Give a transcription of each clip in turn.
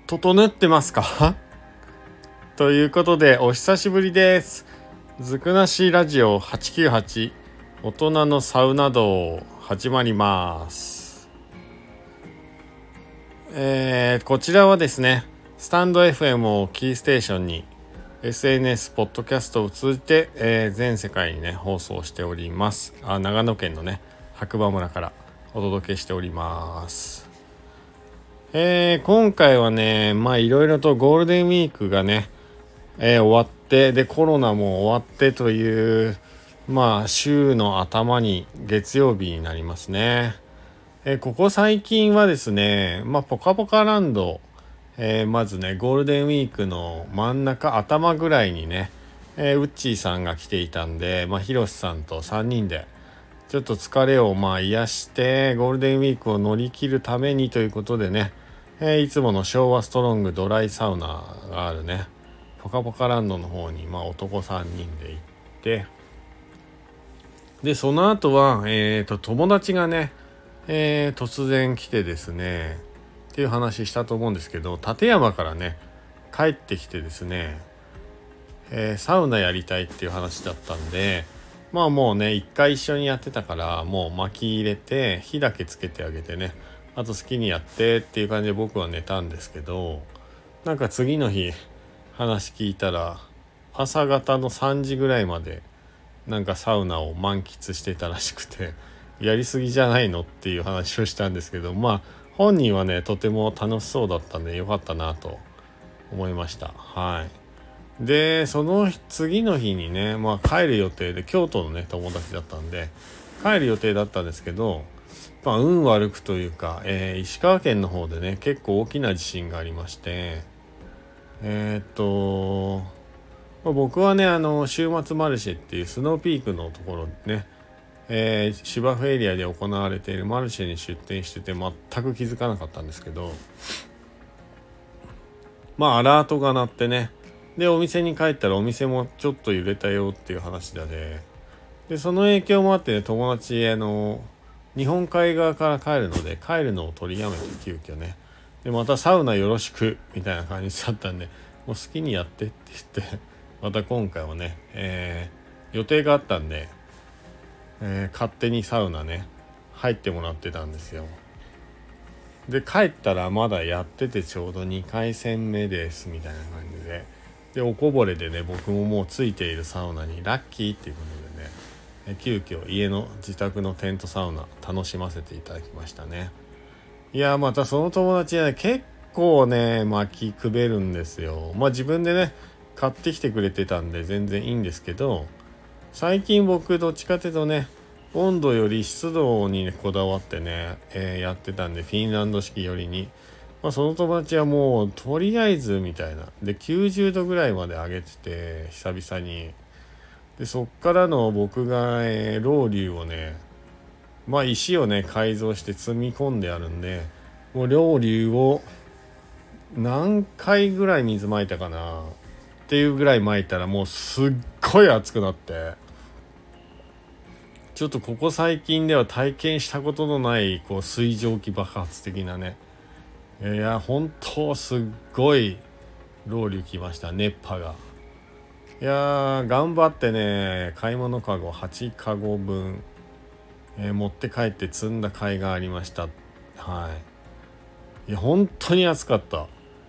整ってますかということでお久しぶりです。ずくなしラジオ898大人のサウナ道始まります。こちらはですね、スタンド FM をキーステーションに SNS ポッドキャストを通じて、全世界にね放送しております。長野県のね白馬村からお届けしております。今回はねいろいろとゴールデンウィークがね、終わってでコロナも終わってという週の頭に月曜日になりますね。ここ最近はですねポカポカランド、まずねゴールデンウィークの真ん中頭ぐらいにね、ウッチーさんが来ていたんでヒロシさんと3人でちょっと疲れを癒してゴールデンウィークを乗り切るためにということでね、いつもの昭和ストロングドライサウナがあるねポカポカランドの方に男3人で行って、でその後は友達がね、突然来てですねっていう話したと思うんですけど、立山からね帰ってきてですね、サウナやりたいっていう話だったんで、もうね一回一緒にやってたからもう巻き入れて火だけつけてあげてね、あと好きにやってっていう感じで僕は寝たんですけど、なんか次の日話聞いたら朝方の3時ぐらいまでなんかサウナを満喫してたらしくて、やりすぎじゃないのっていう話をしたんですけど、本人はねとても楽しそうだったんでよかったなと思いました。はい。でその次の日にね帰る予定で、京都のね友達だったんで帰る予定だったんですけど、運悪くというか、石川県の方でね結構大きな地震がありまして、僕はね週末マルシェっていうスノーピークのところね、芝生エリアで行われているマルシェに出店してて全く気づかなかったんですけど、アラートが鳴ってね、でお店に帰ったらお店もちょっと揺れたよっていう話でその影響もあってね、友達日本海側から帰るので帰るのを取りやめて急遽ね、でまたサウナよろしくみたいな感じだったんで、もう好きにやってって言ってまた今回はね、予定があったんで、勝手にサウナね入ってもらってたんですよ。で帰ったらまだやっててちょうど2回戦目ですみたいな感じでおこぼれでね僕ももうついているサウナにラッキーっていうことでね、急遽家の自宅のテントサウナ楽しませていただきましたね。いやまたその友達はね結構ね薪くべるんですよ。自分でね買ってきてくれてたんで全然いいんですけど、最近僕どっちかというとね温度より湿度にこだわってね、やってたんでフィンランド式よりに、その友達はもうとりあえずみたいなで90度ぐらいまで上げてて久々に、でそっからの僕が、ロウリュをね石をね改造して積み込んであるんで、もうロウリュを何回ぐらい水まいたかなっていうぐらいまいたらもうすっごい熱くなって、ちょっとここ最近では体験したことのない水蒸気爆発的なね、いや本当すっごいロウリュきました。熱波が。いや頑張ってね買い物かご8かご分、持って帰って積んだ甲斐がありました。はい。いや本当に暑かった。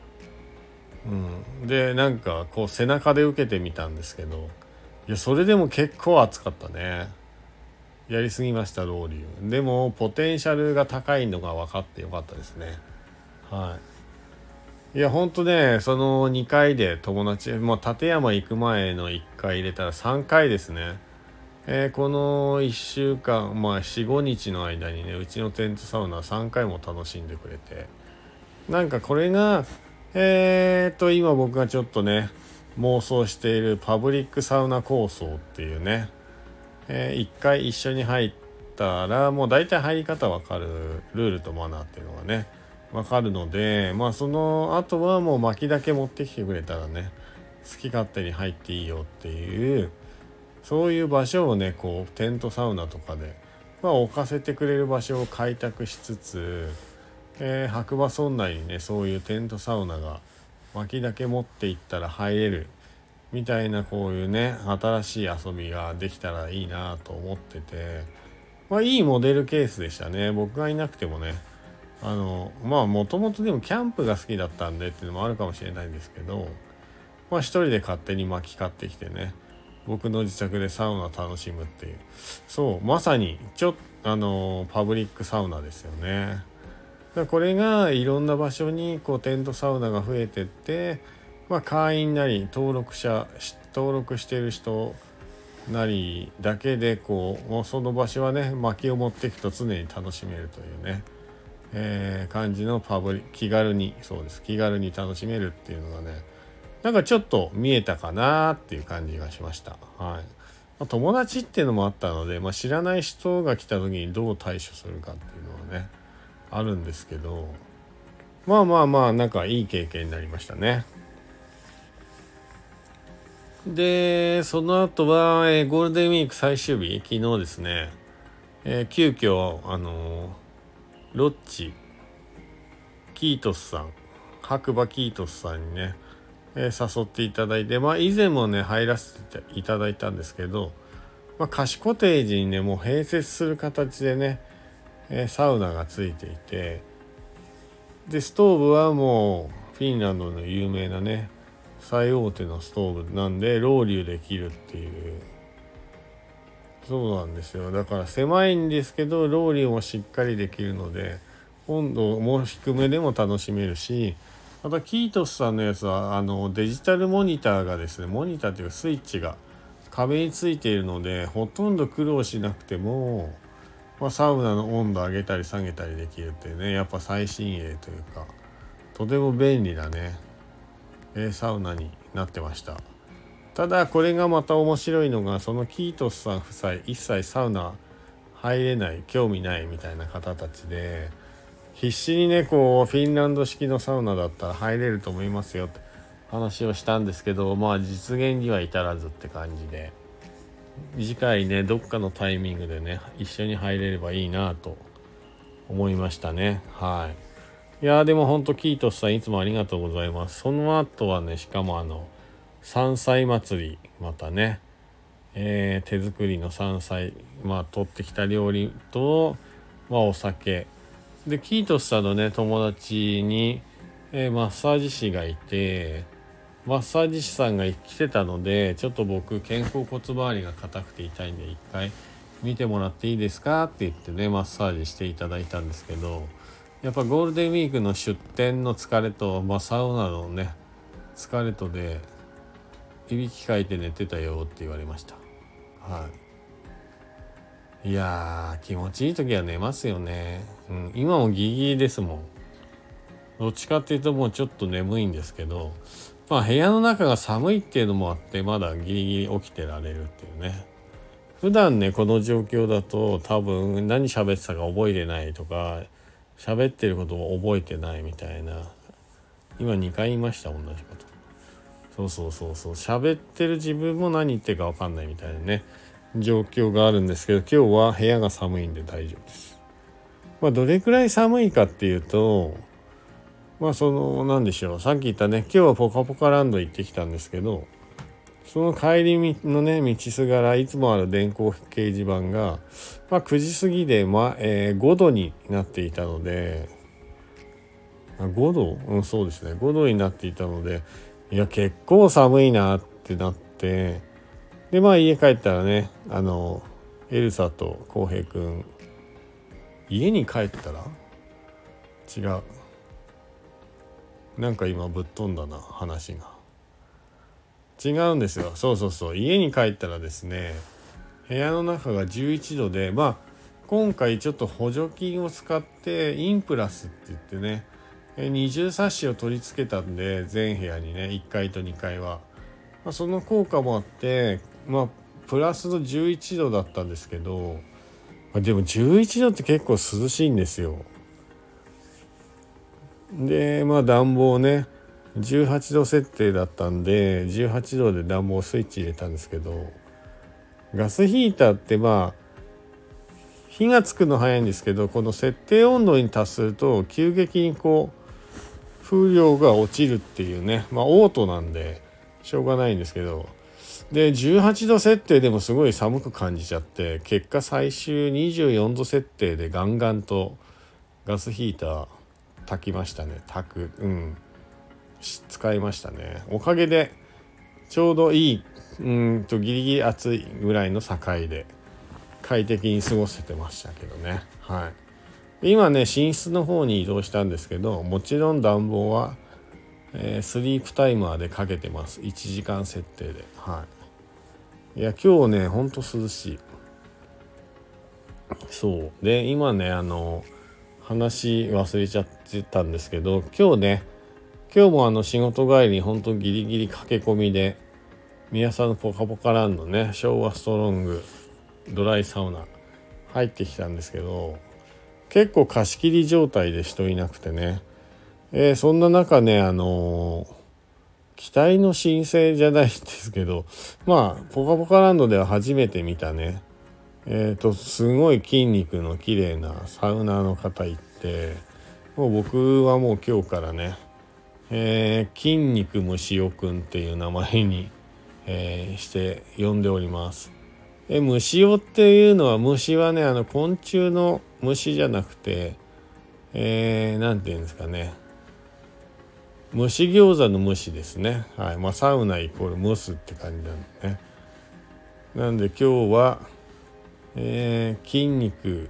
でなんか背中で受けてみたんですけど、いやそれでも結構暑かったね。やりすぎましたロウリュ。でもポテンシャルが高いのが分かってよかったですね。はい。いやほんとねその2回で友達立山行く前の1回入れたら3回ですね。この1週間4、5日の間にねうちのテントサウナ3回も楽しんでくれて、なんかこれが今僕がちょっとね妄想しているパブリックサウナ構想っていうね、一回一緒に入ったらもう大体入り方わかる、ルールとマナーっていうのがねわかるので、その後はもう薪だけ持ってきてくれたらね好き勝手に入っていいよっていう、そういう場所をねテントサウナとかで置かせてくれる場所を開拓しつつ、 白馬村内にねそういうテントサウナが薪だけ持って行ったら入れるみたいな、こういうね新しい遊びができたらいいなと思ってて、いいモデルケースでしたね。僕がいなくてもね、もともとでもキャンプが好きだったんでっていうのもあるかもしれないんですけど、一人で勝手に薪買ってきてね、僕の自宅でサウナ楽しむっていう、そうまさにパブリックサウナですよね。これがいろんな場所にこうテントサウナが増えてって、会員なり登録している人なりだけでもうその場所はね薪を持っていくと常に楽しめるというね、感じの気軽に楽しめるっていうのがね、なんかちょっと見えたかなっていう感じがしました。はい。友達っていうのもあったので、知らない人が来た時にどう対処するかっていうのはねあるんですけど、なんかいい経験になりましたね。でその後は、ゴールデンウィーク最終日、昨日ですね、急遽ロッチキートスさん、白馬キートスさんにね、誘っていただいて、以前もね入らせていただいたんですけど、貸しコテージにねもう併設する形でね、サウナがついていて、でストーブはもうフィンランドの有名なね最大手のストーブなんでロウリュできるっていう、そうなんですよ。だから狭いんですけどロウリュもしっかりできるので温度も低めでも楽しめるし、またキートスさんのやつはデジタルモニターがですね、モニターっていうかスイッチが壁についているのでほとんど苦労しなくても、サウナの温度上げたり下げたりできるっていうね、やっぱ最新鋭というかとても便利なね、サウナになってました。ただこれがまた面白いのが、そのキートスさん夫妻一切サウナ入れない、興味ないみたいな方たちで、必死にねフィンランド式のサウナだったら入れると思いますよって話をしたんですけど、実現には至らずって感じで、次回ねどっかのタイミングでね一緒に入れればいいなと思いましたね。はい。いやでもほんとキートスさんいつもありがとうございます。その後はね、しかも山菜祭り、またね、手作りの山菜、取ってきた料理と、お酒で、キートスさんのね友達に、マッサージ師がいて、マッサージ師さんが来てたので、ちょっと僕肩甲骨周りが硬くて痛いんで一回見てもらっていいですかって言ってねマッサージしていただいたんですけど、やっぱゴールデンウィークの出店の疲れと、サウナのね疲れとでいびきかいて寝てたよって言われました。はい。いやー気持ちいい時は寝ますよね。今もギリギリですもん。どっちかっていうともうちょっと眠いんですけど、部屋の中が寒いっていうのもあってまだギリギリ起きてられるっていうね。普段ねこの状況だと多分何喋ってたか覚えてないとか、喋ってることも覚えてないみたいな、今2回言いました、同じこと。そう喋ってる自分も何言ってるか分かんないみたいなね状況があるんですけど、今日は部屋が寒いんで大丈夫です。どれくらい寒いかっていうと、何でしょう、さっき言ったね、今日はポカポカランド行ってきたんですけど、その帰りのね道すがらいつもある電光掲示板が、9時過ぎで、5度になっていたので、5度、そうですね、5度になっていたので、いや結構寒いなってなって、で家帰ったらねエルサと浩平くん、家に帰ったら違う、なんか今ぶっ飛んだな話が。違うんですよ。そう家に帰ったらですね、部屋の中が11度で、今回ちょっと補助金を使ってインプラスって言ってね、二重サッシを取り付けたんで、全部屋にね1階と2階は、その効果もあってプラスの11度だったんですけど、でも11度って結構涼しいんですよ。で暖房ね18度設定だったんで18度で暖房スイッチ入れたんですけど、ガスヒーターって火がつくの早いんですけど、この設定温度に達すると急激にこう風量が落ちるっていうね、オートなんでしょうがないんですけど、で18度設定でもすごい寒く感じちゃって、結果最終24度設定でガンガンとガスヒーター炊きましたね。使いましたね。おかげでちょうどいいギリギリ暑いぐらいの境で快適に過ごせてましたけどね。はい。今ね、寝室の方に移動したんですけど、もちろん暖房は、スリープタイマーでかけてます。1時間設定で。はい。いや、今日ね、ほんと涼しい。そう。で、今ね、話忘れちゃってたんですけど、今日も仕事帰りにほんとギリギリ駆け込みで、宮さんのポカポカランドね、昭和ストロングドライサウナ入ってきたんですけど、結構貸し切り状態で人いなくてね、そんな中ね、期待の申請じゃないですけど、ポカポカランドでは初めて見たね、すごい筋肉の綺麗なサウナーの方行って、もう僕はもう今日からね、筋肉虫尾くんっていう名前に、して呼んでおります。虫尾っていうのは、虫はね、昆虫の虫じゃなくて、なんていうんですかね、蒸し餃子の蒸しですね。はい。サウナイコール蒸すって感じなんでね。なんで今日は、筋肉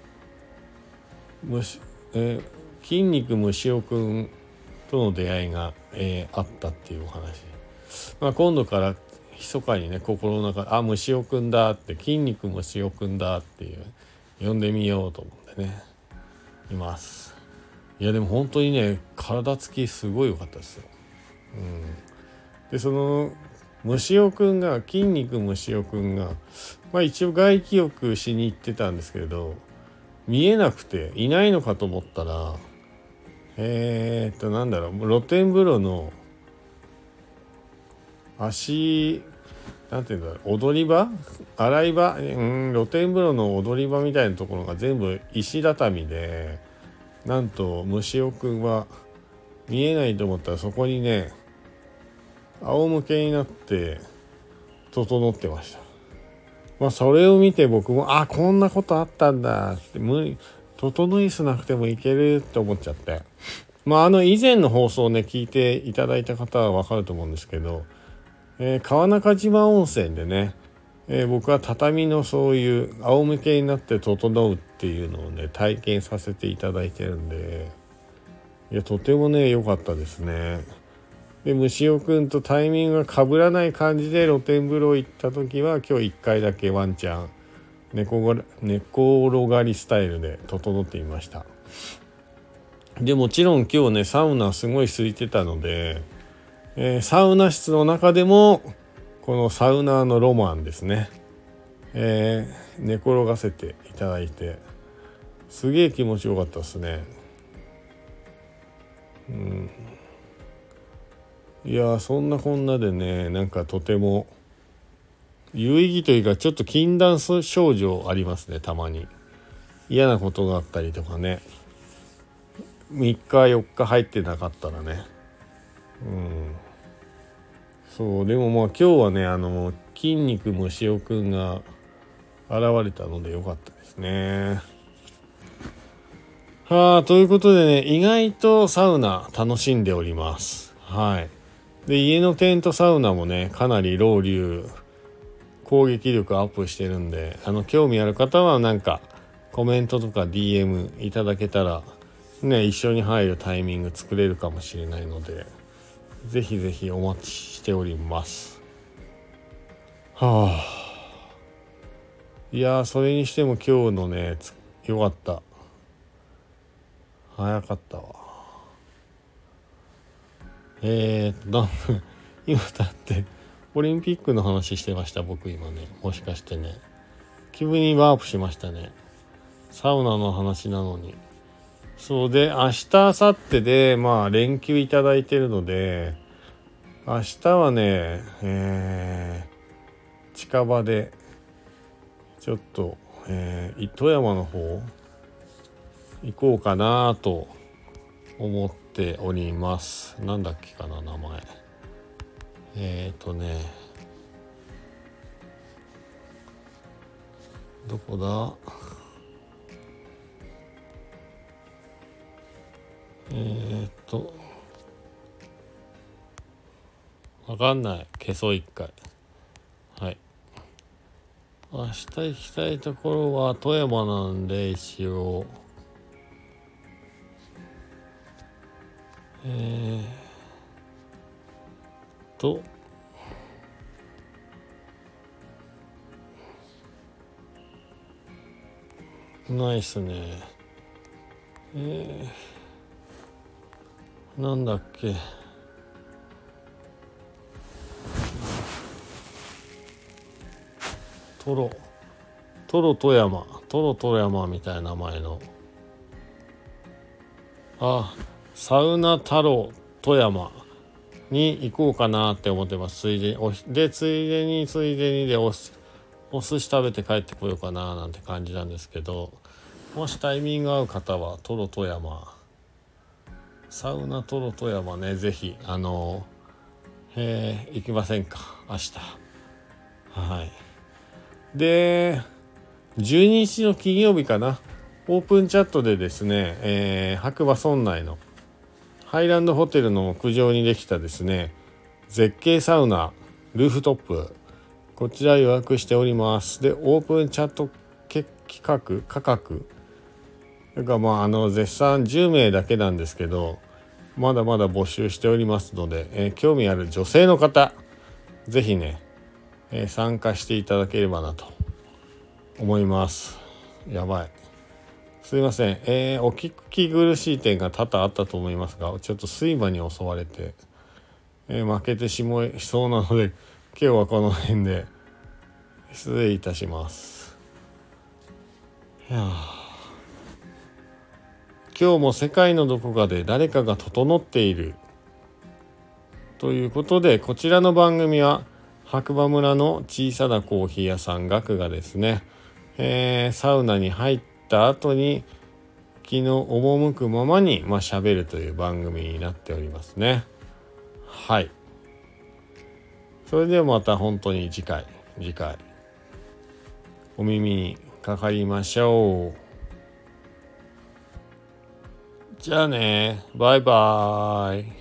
虫尾くんとの出会いが、あったっていうお話。今度から密かにね、心の中、虫尾くんだって、筋肉虫尾くんだっていう呼んでみようと思ってね、います。いやでも本当にね、体つきすごい良かったですよ。でその虫尾くんが、筋肉虫尾くんが、一応外気浴しに行ってたんですけれど、見えなくていないのかと思ったら、露天風呂のなんていうんだろう、踊り場、洗い場、露天風呂の踊り場みたいなところが全部石畳で、なんと虫尾くんは見えないと思ったら、そこにね、仰向けになって整ってました。それを見て僕も、こんなことあったんだって、整いすなくてもいけるって思っちゃって、以前の放送ね、聞いていただいた方はわかると思うんですけど、川中島温泉でね、僕は畳のそういう仰向けになって整うっていうのをね、体験させていただいてるんで、いやとてもね良かったですね。で虫尾くんとタイミングが被らない感じで露天風呂行った時は、今日1回だけワンちゃん寝転がりスタイルで整っていました。でもちろん今日ね、サウナすごい空いてたので、サウナ室の中でもこのサウナーのロマンですね、寝転がせていただいて、すげえ気持ちよかったですね。いやそんなこんなでね、なんかとても有意義というか、ちょっと禁断症状ありますね。たまに嫌なことがあったりとかね、3日4日入ってなかったらね、そうでも今日はね、筋肉虫尾くんが現れたのでよかったですね。ということでね、意外とサウナ楽しんでおります。はい。で家のテントサウナもね、かなりロウリュ攻撃力アップしてるんで、興味ある方はなんかコメントとか DM いただけたらね、一緒に入るタイミング作れるかもしれないので、ぜひぜひお待ちしております。いやそれにしても今日のね、よかった。早かったわ。今だってオリンピックの話してました。僕今ね、もしかしてね、気分にワープしましたね。サウナの話なのに。そうで、明日明後日で連休いただいてるので、明日はね、近場でちょっと糸山の方行こうかなと思っております。なんだっけかな名前。どこだ。わかんない。消そう一回。はい。明日行きたいところは富山なんで一応とないっすね。なんだっけ。トロ富山みたいな名前のサウナ太郎富山に行こうかなって思ってます。ついでにでお寿司食べて帰ってこようかななんて感じなんですけど、もしタイミング合う方はサウナトロ富山ね、ぜひ行きませんか明日。はい。で12日の金曜日かな、オープンチャットでですね、白馬村内のハイランドホテルの屋上にできたですね、絶景サウナルーフトップ、こちら予約しております。でオープンチャット価格が絶賛10名だけなんですけど、まだまだ募集しておりますので、興味ある女性の方ぜひね、参加していただければなと思います。やばい、すいません、お聞き苦しい点が多々あったと思いますが、ちょっと睡魔に襲われて、負けてしまいそうなので、今日はこの辺で失礼いたします。今日も世界のどこかで誰かが整っているということで、こちらの番組は白馬村の小さなコーヒー屋さんガクがですね、サウナに入った後に気の赴くままに喋るという番組になっておりますね。はい。それではまた本当に次回お耳にかかりましょう。じゃあね、バイバーイ。